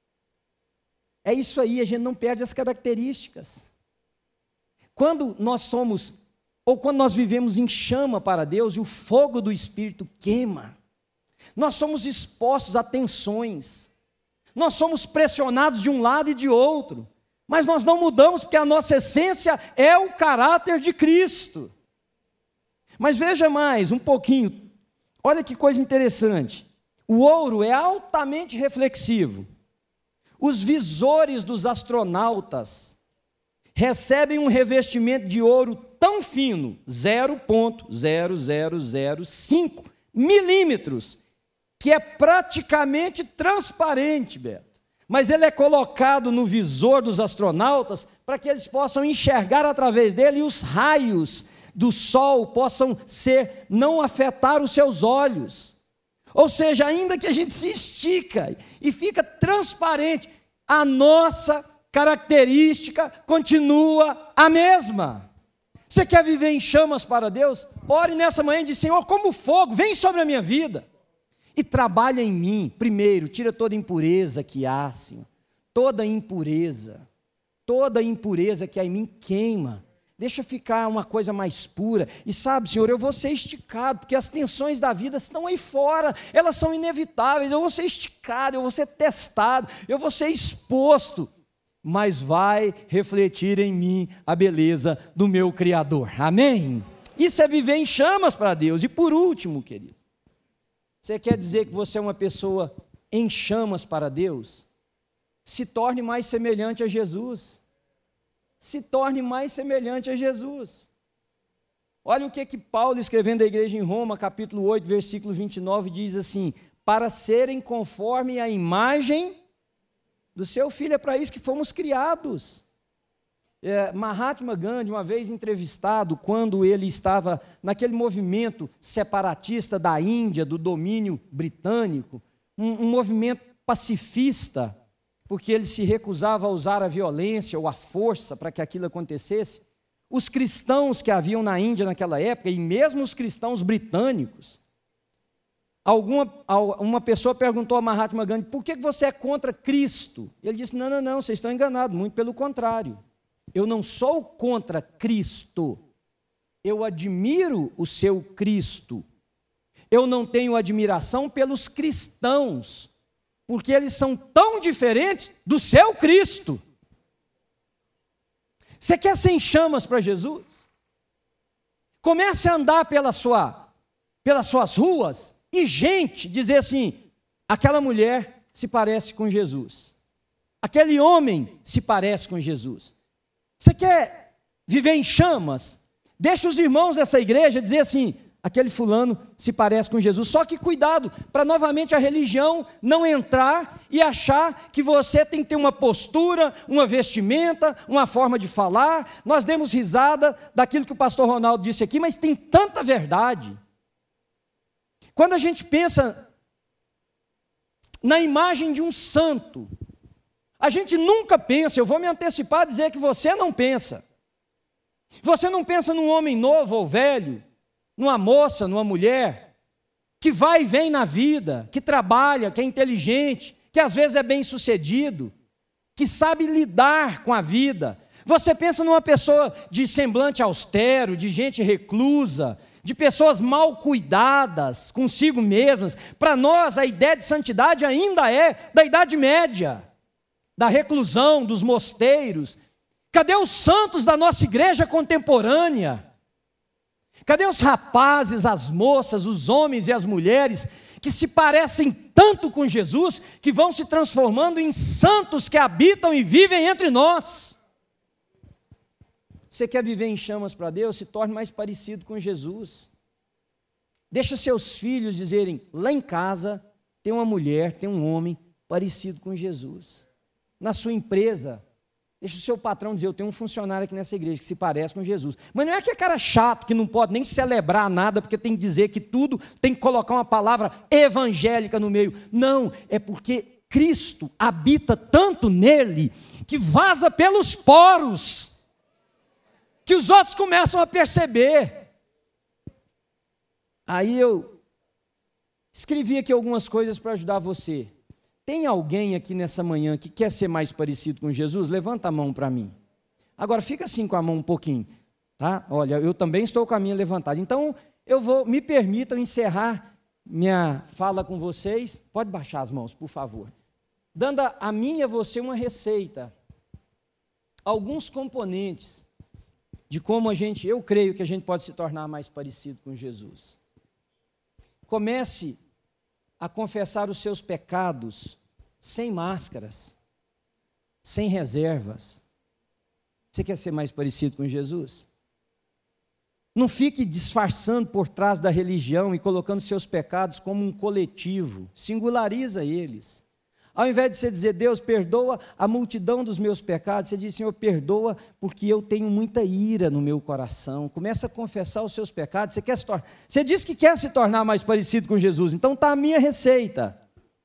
É isso aí, a gente não perde as características. Quando nós somos, ou quando nós vivemos em chama para Deus e o fogo do Espírito queima, nós somos expostos a tensões, nós somos pressionados de um lado e de outro, mas nós não mudamos porque a nossa essência é o caráter de Cristo. Mas veja mais, um pouquinho, olha que coisa interessante, o ouro é altamente reflexivo. Os visores dos astronautas recebem um revestimento de ouro tão fino, zero vírgula zero zero zero cinco milímetros, que é praticamente transparente, Beto. Mas ele é colocado no visor dos astronautas para que eles possam enxergar através dele e os raios do sol possam ser, não afetar os seus olhos. Ou seja, ainda que a gente se estica e fica transparente, a nossa característica continua a mesma. Você quer viver em chamas para Deus? Ore nessa manhã e diz: Senhor, como fogo, vem sobre a minha vida e trabalha em mim. Primeiro, tira toda impureza que há, Senhor. Toda impureza, toda impureza que há em mim queima. Deixa ficar uma coisa mais pura. E sabe, Senhor, eu vou ser esticado, porque as tensões da vida estão aí fora, elas são inevitáveis. Eu vou ser esticado, eu vou ser testado, eu vou ser exposto, mas vai refletir em mim a beleza do meu Criador. Amém? Isso é viver em chamas para Deus. E por último, querido, você quer dizer que você é uma pessoa em chamas para Deus? Se torne mais semelhante a Jesus. Se torne mais semelhante a Jesus. Olha o que que Paulo, escrevendo à igreja em Roma, capítulo oito, versículo vinte e nove, diz assim: para serem conforme a imagem do seu Filho. É para isso que fomos criados. É, Mahatma Gandhi, uma vez entrevistado, quando ele estava naquele movimento separatista da Índia, do domínio britânico, um, um movimento pacifista, porque ele se recusava a usar a violência ou a força para que aquilo acontecesse, os cristãos que haviam na Índia naquela época, e mesmo os cristãos britânicos, alguma, uma pessoa perguntou a Mahatma Gandhi, por que você é contra Cristo? Ele disse, não, não, não, vocês estão enganados, muito pelo contrário. Eu não sou contra Cristo, eu admiro o seu Cristo. Eu não tenho admiração pelos cristãos, porque eles são tão diferentes do seu Cristo. Você quer ser em chamas para Jesus? Comece a andar pela sua, pelas suas ruas e gente dizer assim, aquela mulher se parece com Jesus. Aquele homem se parece com Jesus. Você quer viver em chamas? Deixa os irmãos dessa igreja dizer assim, aquele fulano se parece com Jesus. Só que cuidado, para novamente a religião não entrar e achar que você tem que ter uma postura, uma vestimenta, uma forma de falar. Nós demos risada daquilo que o pastor Ronaldo disse aqui, mas tem tanta verdade. Quando a gente pensa na imagem de um santo, a gente nunca pensa, eu vou me antecipar a dizer que você não pensa. Você não pensa num homem novo ou velho, numa moça, numa mulher, que vai e vem na vida, que trabalha, que é inteligente, que às vezes é bem sucedido, que sabe lidar com a vida. Você pensa numa pessoa de semblante austero, de gente reclusa, de pessoas mal cuidadas consigo mesmas. Para nós, a ideia de santidade ainda é da Idade Média, da reclusão, dos mosteiros. Cadê os santos da nossa igreja contemporânea? Cadê os rapazes, as moças, os homens e as mulheres que se parecem tanto com Jesus, que vão se transformando em santos que habitam e vivem entre nós? Você quer viver em chamas para Deus? Se torne mais parecido com Jesus. Deixa seus filhos dizerem, lá em casa tem uma mulher, tem um homem parecido com Jesus. Na sua empresa, deixa o seu patrão dizer, eu tenho um funcionário aqui nessa igreja que se parece com Jesus. Mas não é aquele cara chato que não pode nem celebrar nada, porque tem que dizer que tudo tem que colocar uma palavra evangélica no meio. Não, é porque Cristo habita tanto nele, que vaza pelos poros, que os outros começam a perceber. Aí eu escrevi aqui algumas coisas para ajudar você. Tem alguém aqui nessa manhã que quer ser mais parecido com Jesus? Levanta a mão para mim. Agora, fica assim com a mão um pouquinho, tá? Olha, eu também estou com a minha levantada. Então, eu vou, me permitam encerrar minha fala com vocês. Pode baixar as mãos, por favor. Dando a, a mim e a você uma receita. Alguns componentes de como a gente, eu creio que a gente pode se tornar mais parecido com Jesus. Comece a confessar os seus pecados sem máscaras, sem reservas. Você quer ser mais parecido com Jesus? Não fique disfarçando por trás da religião e colocando seus pecados como um coletivo. Singulariza eles. Ao invés de você dizer, Deus, perdoa a multidão dos meus pecados, você diz, Senhor, perdoa porque eu tenho muita ira no meu coração. Começa a confessar os seus pecados. Você quer se tornar, você diz que quer se tornar mais parecido com Jesus, então está a minha receita.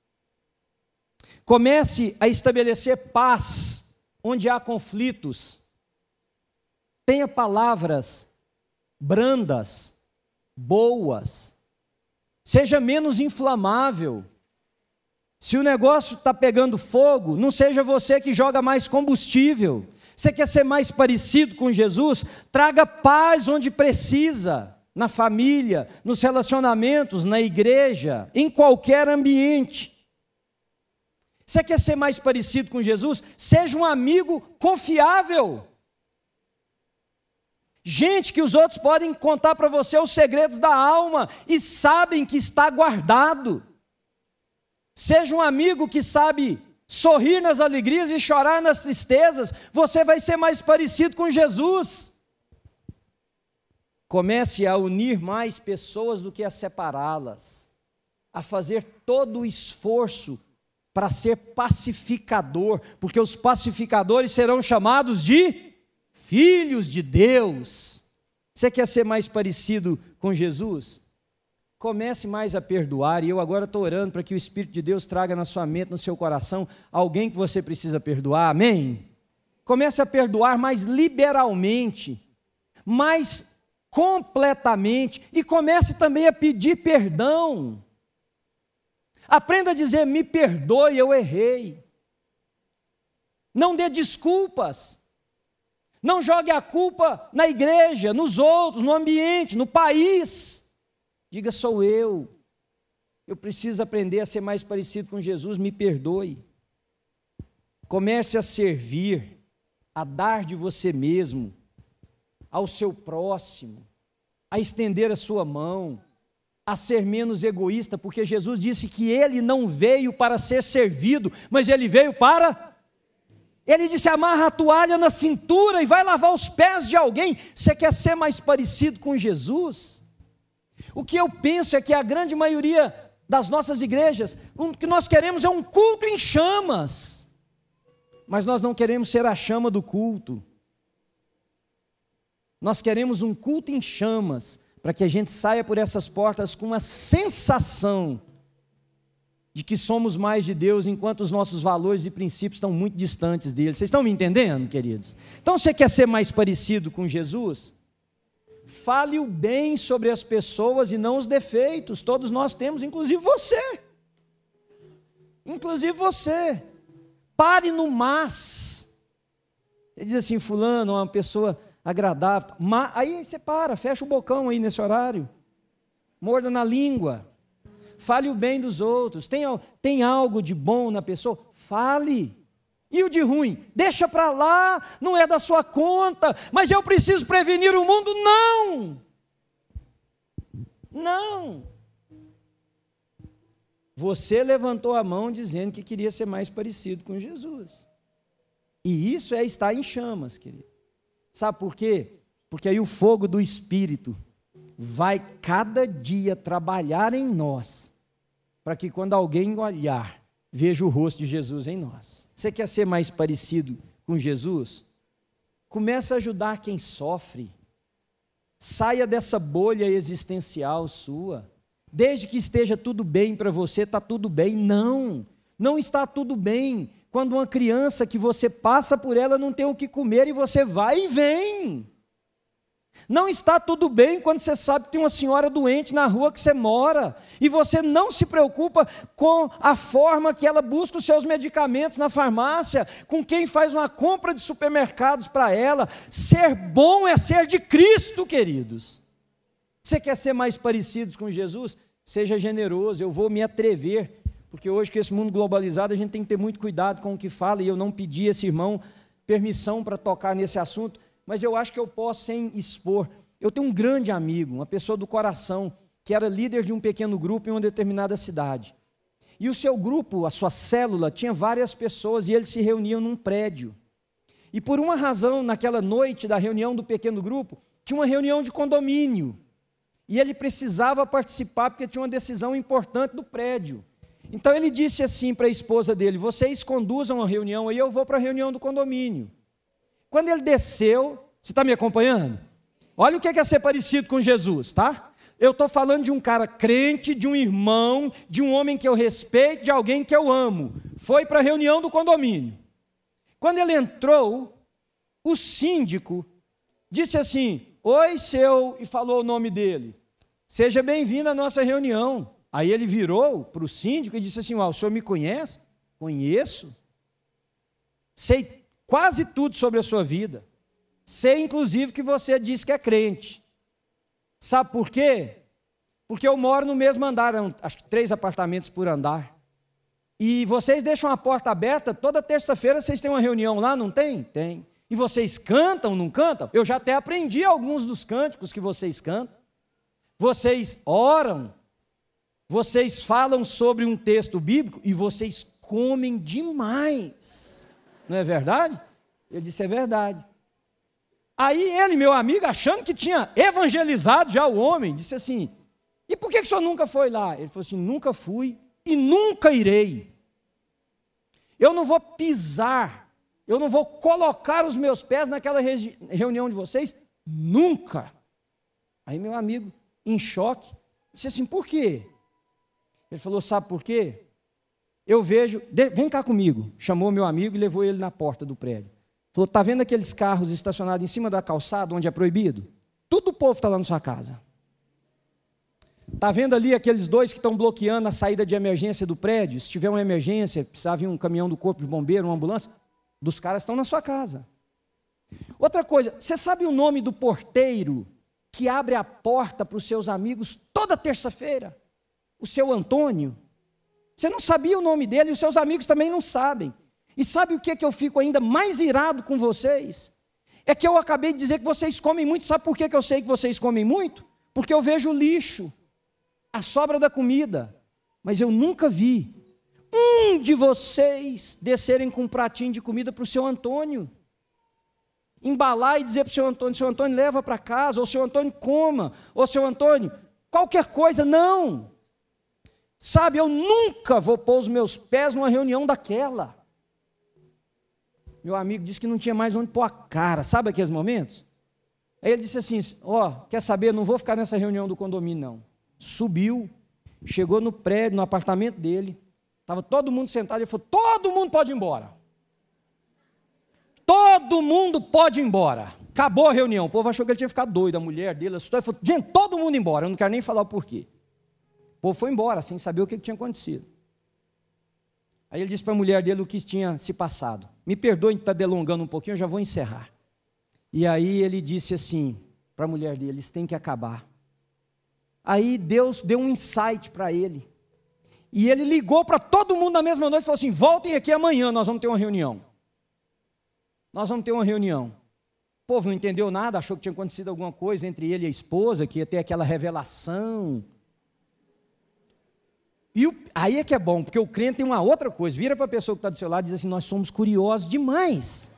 Comece a estabelecer paz onde há conflitos. Tenha palavras brandas, boas. Seja menos inflamável. Se o negócio está pegando fogo, não seja você que joga mais combustível. Você quer ser mais parecido com Jesus? Traga paz onde precisa, na família, nos relacionamentos, na igreja, em qualquer ambiente. Você quer ser mais parecido com Jesus? Seja um amigo confiável. Gente que os outros podem contar para você os segredos da alma e sabem que está guardado. Seja um amigo que sabe sorrir nas alegrias e chorar nas tristezas. Você vai ser mais parecido com Jesus. Comece a unir mais pessoas do que a separá-las. A fazer todo o esforço para ser pacificador, porque os pacificadores serão chamados de filhos de Deus. Você quer ser mais parecido com Jesus? Comece mais a perdoar, e eu agora estou orando para que o Espírito de Deus traga na sua mente, no seu coração, alguém que você precisa perdoar, amém? Comece a perdoar mais liberalmente, mais completamente, e comece também a pedir perdão. Aprenda a dizer, me perdoe, eu errei. Não dê desculpas. Não jogue a culpa na igreja, nos outros, no ambiente, no país. Diga, sou eu. Eu preciso aprender a ser mais parecido com Jesus, me perdoe. Comece a servir, a dar de você mesmo, ao seu próximo, a estender a sua mão, a ser menos egoísta, porque Jesus disse que Ele não veio para ser servido, mas Ele veio para... Ele disse, amarra a toalha na cintura e vai lavar os pés de alguém. Você quer ser mais parecido com Jesus? O que eu penso é que a grande maioria das nossas igrejas, o que nós queremos é um culto em chamas, mas nós não queremos ser a chama do culto. Nós queremos um culto em chamas, para que a gente saia por essas portas com uma sensação de que somos mais de Deus, enquanto os nossos valores e princípios estão muito distantes dele. Vocês estão me entendendo, queridos? Então, você quer ser mais parecido com Jesus? Fale o bem sobre as pessoas e não os defeitos. Todos nós temos, inclusive você. Inclusive você. Pare no mas. Você diz assim, fulano, uma pessoa agradável. Mas, aí você para, fecha o bocão aí nesse horário. Morda na língua. Fale o bem dos outros. Tem, tem algo de bom na pessoa? Fale. E o de ruim? Deixa para lá, não é da sua conta, mas eu preciso prevenir o mundo? Não! Não! Você levantou a mão dizendo que queria ser mais parecido com Jesus. E isso é estar em chamas, querido. Sabe por quê? Porque aí o fogo do Espírito vai cada dia trabalhar em nós, para que quando alguém olhar, veja o rosto de Jesus em nós. Você quer ser mais parecido com Jesus? Comece a ajudar quem sofre. Saia dessa bolha existencial sua. Desde que esteja tudo bem para você, está tudo bem. Não, não está tudo bem quando uma criança que você passa por ela não tem o que comer e você vai e vem. Não está tudo bem quando você sabe que tem uma senhora doente na rua que você mora e você não se preocupa com a forma que ela busca os seus medicamentos na farmácia, com quem faz uma compra de supermercados para ela. Ser bom é ser de Cristo, queridos. Você quer ser mais parecidos com Jesus? Seja generoso. Eu vou me atrever, porque hoje com esse mundo globalizado a gente tem que ter muito cuidado com o que fala, e eu não pedi a esse irmão permissão para tocar nesse assunto, mas eu acho que eu posso sem expor. Eu tenho um grande amigo, uma pessoa do coração, que era líder de um pequeno grupo em uma determinada cidade. E o seu grupo, a sua célula, tinha várias pessoas e eles se reuniam num prédio. E por uma razão, naquela noite da reunião do pequeno grupo, tinha uma reunião de condomínio. E ele precisava participar porque tinha uma decisão importante do prédio. Então ele disse assim para a esposa dele, vocês conduzam a reunião e eu vou para a reunião do condomínio. Quando ele desceu, você está me acompanhando? Olha o que é ser parecido com Jesus, tá? Eu estou falando de um cara crente, de um irmão, de um homem que eu respeito, de alguém que eu amo. Foi para a reunião do condomínio. Quando ele entrou, o síndico disse assim, oi, seu, e falou o nome dele. Seja bem-vindo à nossa reunião. Aí ele virou para o síndico e disse assim, o senhor me conhece? Conheço. Sei quase tudo sobre a sua vida. Sei, inclusive, que você disse que é crente. Sabe por quê? Porque eu moro no mesmo andar, acho que três apartamentos por andar. E vocês deixam a porta aberta, toda terça-feira vocês têm uma reunião lá, não tem? Tem. E vocês cantam, não cantam? Eu já até aprendi alguns dos cânticos que vocês cantam. Vocês oram, vocês falam sobre um texto bíblico e vocês comem demais. Não é verdade? Ele disse, é verdade. Aí ele, meu amigo, achando que tinha evangelizado já o homem, disse assim, e por que, que o senhor nunca foi lá? Ele falou assim, nunca fui e nunca irei. Eu não vou pisar, eu não vou colocar os meus pés naquela reunião de vocês, nunca. Aí meu amigo, em choque, disse assim, por quê? Ele falou, sabe por quê? Eu vejo, vem cá comigo. Chamou meu amigo e levou ele na porta do prédio. Falou, está vendo aqueles carros estacionados em cima da calçada, onde é proibido? Todo o povo está lá na sua casa. Está vendo ali aqueles dois que estão bloqueando a saída de emergência do prédio? Se tiver uma emergência, precisava vir um caminhão do corpo de bombeiro, uma ambulância, dos caras estão na sua casa. Outra coisa, você sabe o nome do porteiro que abre a porta para os seus amigos toda terça-feira? O seu Antônio. Você não sabia o nome dele e os seus amigos também não sabem. E sabe o que, que eu fico ainda mais irado com vocês? É que eu acabei de dizer que vocês comem muito. Sabe por que, que eu sei que vocês comem muito? Porque eu vejo o lixo, a sobra da comida. Mas eu nunca vi um de vocês descerem com um pratinho de comida para o seu Antônio. Embalar e dizer para o seu Antônio, seu Antônio leva para casa, ou seu Antônio coma, ou seu Antônio, qualquer coisa, não. Sabe, eu nunca vou pôr os meus pés numa reunião daquela. Meu amigo disse que não tinha mais onde pôr a cara, sabe aqueles momentos? Aí ele disse assim, ó, oh, quer saber, não vou ficar nessa reunião do condomínio não. Subiu, chegou no prédio, no apartamento dele, estava todo mundo sentado, ele falou, todo mundo pode ir embora. Todo mundo pode ir embora. Acabou a reunião, o povo achou que ele tinha ficado doido, a mulher dele assustou, ele falou, gente, todo mundo embora, eu não quero nem falar o porquê. O povo foi embora, sem saber o que tinha acontecido. Aí ele disse para a mulher dele o que tinha se passado. Me perdoe de estar delongando um pouquinho, eu já vou encerrar. E aí ele disse assim para a mulher dele, eles têm que acabar. Aí Deus deu um insight para ele. E ele ligou para todo mundo na mesma noite e falou assim, voltem aqui amanhã, nós vamos ter uma reunião. Nós vamos ter uma reunião. O povo não entendeu nada, achou que tinha acontecido alguma coisa entre ele e a esposa, que ia ter aquela revelação. E o, aí é que é bom, porque o crente tem uma outra coisa, vira para a pessoa que está do seu lado e diz assim, nós somos curiosos demais.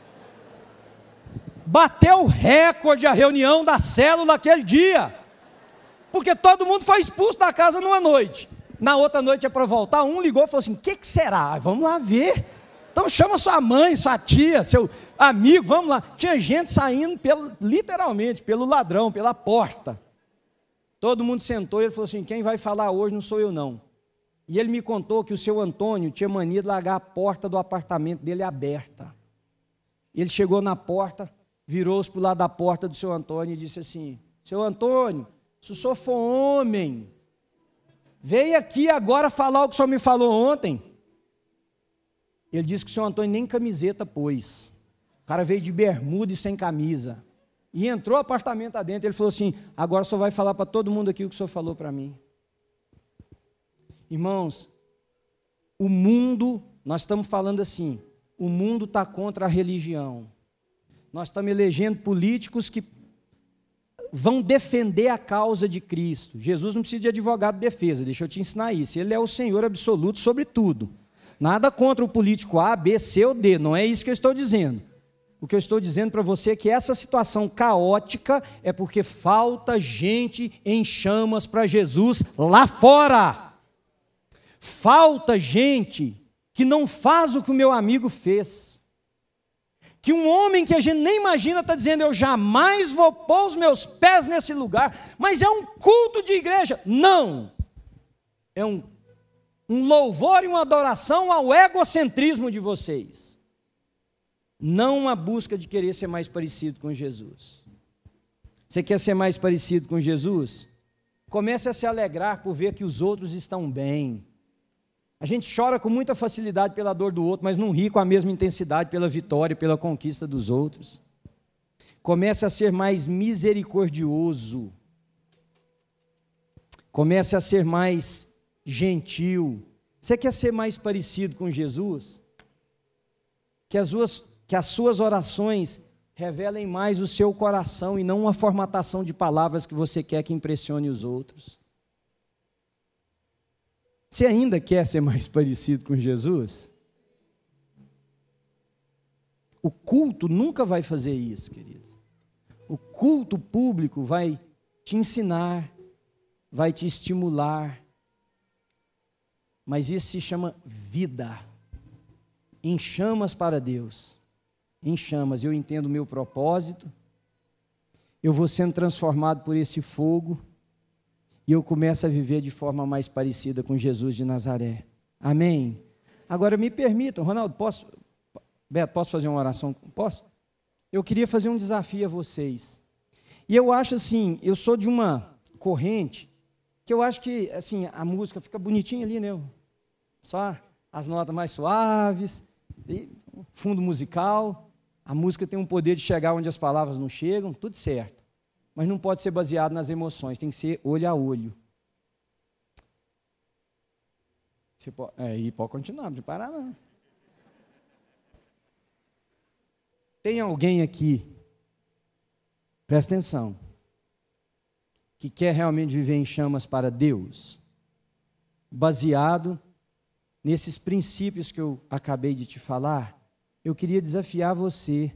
Bateu o recorde a reunião da célula aquele dia, porque todo mundo foi expulso da casa numa noite. Na outra noite é para voltar, um ligou e falou assim, o que, que será? Vamos lá ver. Então chama sua mãe, sua tia, seu amigo, vamos lá. Tinha gente saindo, pelo, literalmente, pelo ladrão, pela porta. Todo mundo sentou e ele falou assim, quem vai falar hoje não sou eu não. E ele me contou que o seu Antônio tinha mania de largar a porta do apartamento dele aberta. Ele chegou na porta, virou-se para o lado da porta do seu Antônio e disse assim, seu Antônio, se o senhor for homem, veio aqui agora falar o que o senhor me falou ontem. Ele disse que o seu Antônio nem camiseta pôs. O cara veio de bermuda e sem camisa. E entrou o apartamento adentro, ele falou assim, agora o senhor vai falar para todo mundo aqui o que o senhor falou para mim. Irmãos, o mundo, nós estamos falando assim, o mundo está contra a religião. Nós estamos elegendo políticos que vão defender a causa de Cristo. Jesus não precisa de advogado de defesa, deixa eu te ensinar isso. Ele é o Senhor absoluto sobre tudo. Nada contra o político A, B, C ou D, não é isso que eu estou dizendo. O que eu estou dizendo para você é que essa situação caótica é porque falta gente em chamas para Jesus lá fora. Falta gente que não faz o que o meu amigo fez. Que um homem que a gente nem imagina está dizendo, eu jamais vou pôr os meus pés nesse lugar, mas é um culto de igreja. Não! É um, um louvor e uma adoração ao egocentrismo de vocês. Não a busca de querer ser mais parecido com Jesus. Você quer ser mais parecido com Jesus? Comece a se alegrar por ver que os outros estão bem. A gente chora com muita facilidade pela dor do outro, mas não ri com a mesma intensidade pela vitória, pela conquista dos outros. Comece a ser mais misericordioso. Comece a ser mais gentil. Você quer ser mais parecido com Jesus? Que as suas, que as suas orações revelem mais o seu coração e não uma formatação de palavras que você quer que impressione os outros. Você ainda quer ser mais parecido com Jesus? O culto nunca vai fazer isso, queridos. O culto público vai te ensinar, vai te estimular, mas isso se chama vida. Em chamas para Deus. Em chamas, eu entendo o meu propósito, eu vou sendo transformado por esse fogo, e eu começo a viver de forma mais parecida com Jesus de Nazaré. Amém? Agora me permitam, Ronaldo, posso, Beto, posso fazer uma oração? Posso? Eu queria fazer um desafio a vocês. E eu acho assim, eu sou de uma corrente, que eu acho que assim, a música fica bonitinha ali, né? Só as notas mais suaves, e fundo musical, a música tem um poder de chegar onde as palavras não chegam, tudo certo. Mas não pode ser baseado nas emoções, tem que ser olho a olho. Você pode, é, e pode continuar, não pode parar não. Tem alguém aqui, presta atenção, que quer realmente viver em chamas para Deus, baseado nesses princípios que eu acabei de te falar? Eu queria desafiar você,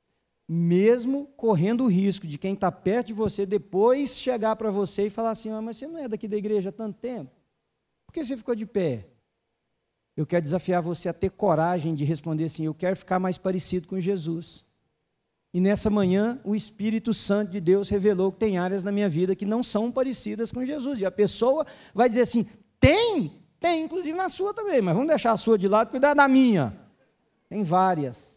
mesmo correndo o risco de quem está perto de você depois chegar para você e falar assim, ah, mas você não é daqui da igreja há tanto tempo, por que você ficou de pé? Eu quero desafiar você a ter coragem de responder assim, eu quero ficar mais parecido com Jesus. E nessa manhã, o Espírito Santo de Deus revelou que tem áreas na minha vida que não são parecidas com Jesus. E a pessoa vai dizer assim, tem, tem, inclusive na sua também, mas vamos deixar a sua de lado e cuidar da minha. Tem várias.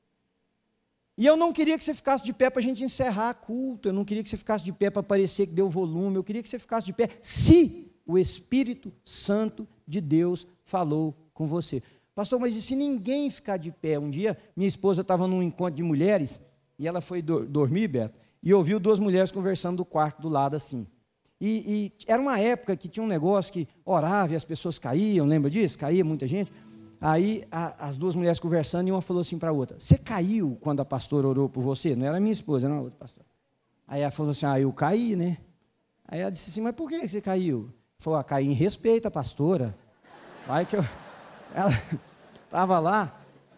E eu não queria que você ficasse de pé para a gente encerrar culto, eu não queria que você ficasse de pé para parecer que deu volume, eu queria que você ficasse de pé se o Espírito Santo de Deus falou com você. Pastor, mas e se ninguém ficar de pé? Um dia, minha esposa estava num encontro de mulheres, e ela foi do, dormir, Beto, e ouviu duas mulheres conversando do quarto do lado assim. E, e era uma época que tinha um negócio que orava e as pessoas caíam, lembra disso? Caía muita gente. Aí a, as duas mulheres conversando e uma falou assim para a outra, você caiu quando a pastora orou por você? Não era a minha esposa, era a outra pastora. Aí ela falou assim, ah, eu caí, né? Aí ela disse assim, mas por que você caiu? Falou, ah, caí em respeito à pastora. Vai que eu... Ela estava lá,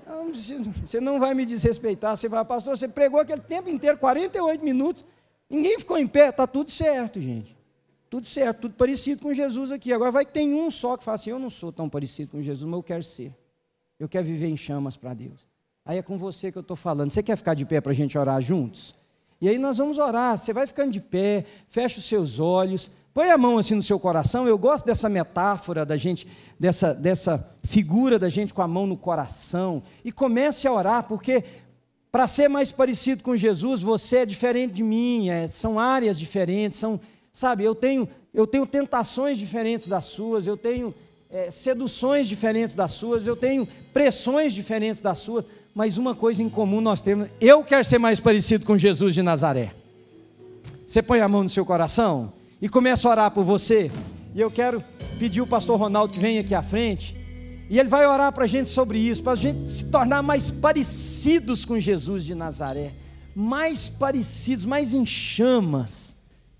você não vai me desrespeitar, você vai, pastor, você pregou aquele tempo inteiro, quarenta e oito minutos, ninguém ficou em pé, está tudo certo, gente. Tudo certo, tudo parecido com Jesus aqui. Agora vai que tem um só que fala assim, eu não sou tão parecido com Jesus, mas eu quero ser. Eu quero viver em chamas para Deus. Aí é com você que eu estou falando. Você quer ficar de pé para a gente orar juntos? E aí nós vamos orar, você vai ficando de pé, fecha os seus olhos, põe a mão assim no seu coração. Eu gosto dessa metáfora da gente, dessa, dessa figura da gente com a mão no coração, e comece a orar, porque para ser mais parecido com Jesus, você é diferente de mim, é, são áreas diferentes, são, sabe, eu tenho, eu tenho tentações diferentes das suas, eu tenho é, seduções diferentes das suas, eu tenho pressões diferentes das suas, mas uma coisa em comum nós temos, eu quero ser mais parecido com Jesus de Nazaré. Você põe a mão no seu coração e começa a orar por você, e eu quero pedir o pastor Ronaldo que venha aqui à frente, e ele vai orar para a gente sobre isso, para a gente se tornar mais parecidos com Jesus de Nazaré, mais parecidos, mais em chamas.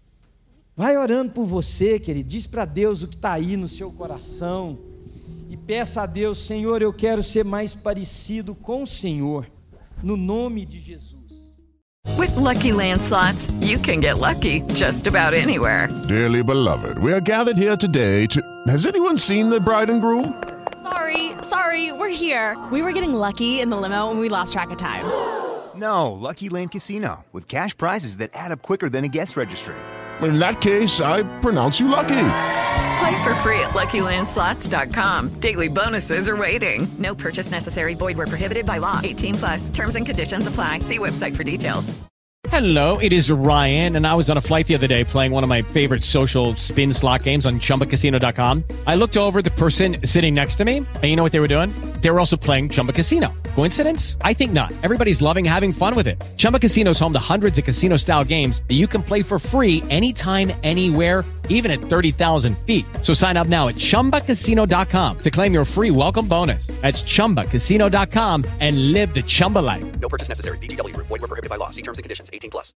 Vai orando por você, querido, diz para Deus o que está aí no seu coração, e peça a Deus, Senhor, eu quero ser mais parecido com o Senhor, no nome de Jesus. With Lucky Land Slots, you can get lucky just about anywhere. Dearly beloved, we are gathered here today to... Has anyone seen the bride and groom? Sorry, sorry, we're here. We were getting lucky in the limo and we lost track of time. No, Lucky Land Casino, with cash prizes that add up quicker than a guest registry. In that case, I pronounce you lucky. Play for free at Lucky Land Slots dot com. Daily bonuses are waiting. No purchase necessary. Void where prohibited by law. eighteen plus. Terms and conditions apply. See website for details. Hello, it is Ryan, and I was on a flight the other day playing one of my favorite social spin slot games on Chumba Casino dot com. I looked over at the person sitting next to me, and you know what they were doing? They were also playing Chumba Casino. Coincidence? I think not. Everybody's loving having fun with it. Chumba Casino is home to hundreds of casino-style games that you can play for free anytime, anywhere, even at thirty thousand feet. So sign up now at Chumba Casino dot com to claim your free welcome bonus. That's Chumba Casino dot com and live the Chumba life. No purchase necessary. V G W. Void where prohibited by law. See terms and conditions. eighteen plus.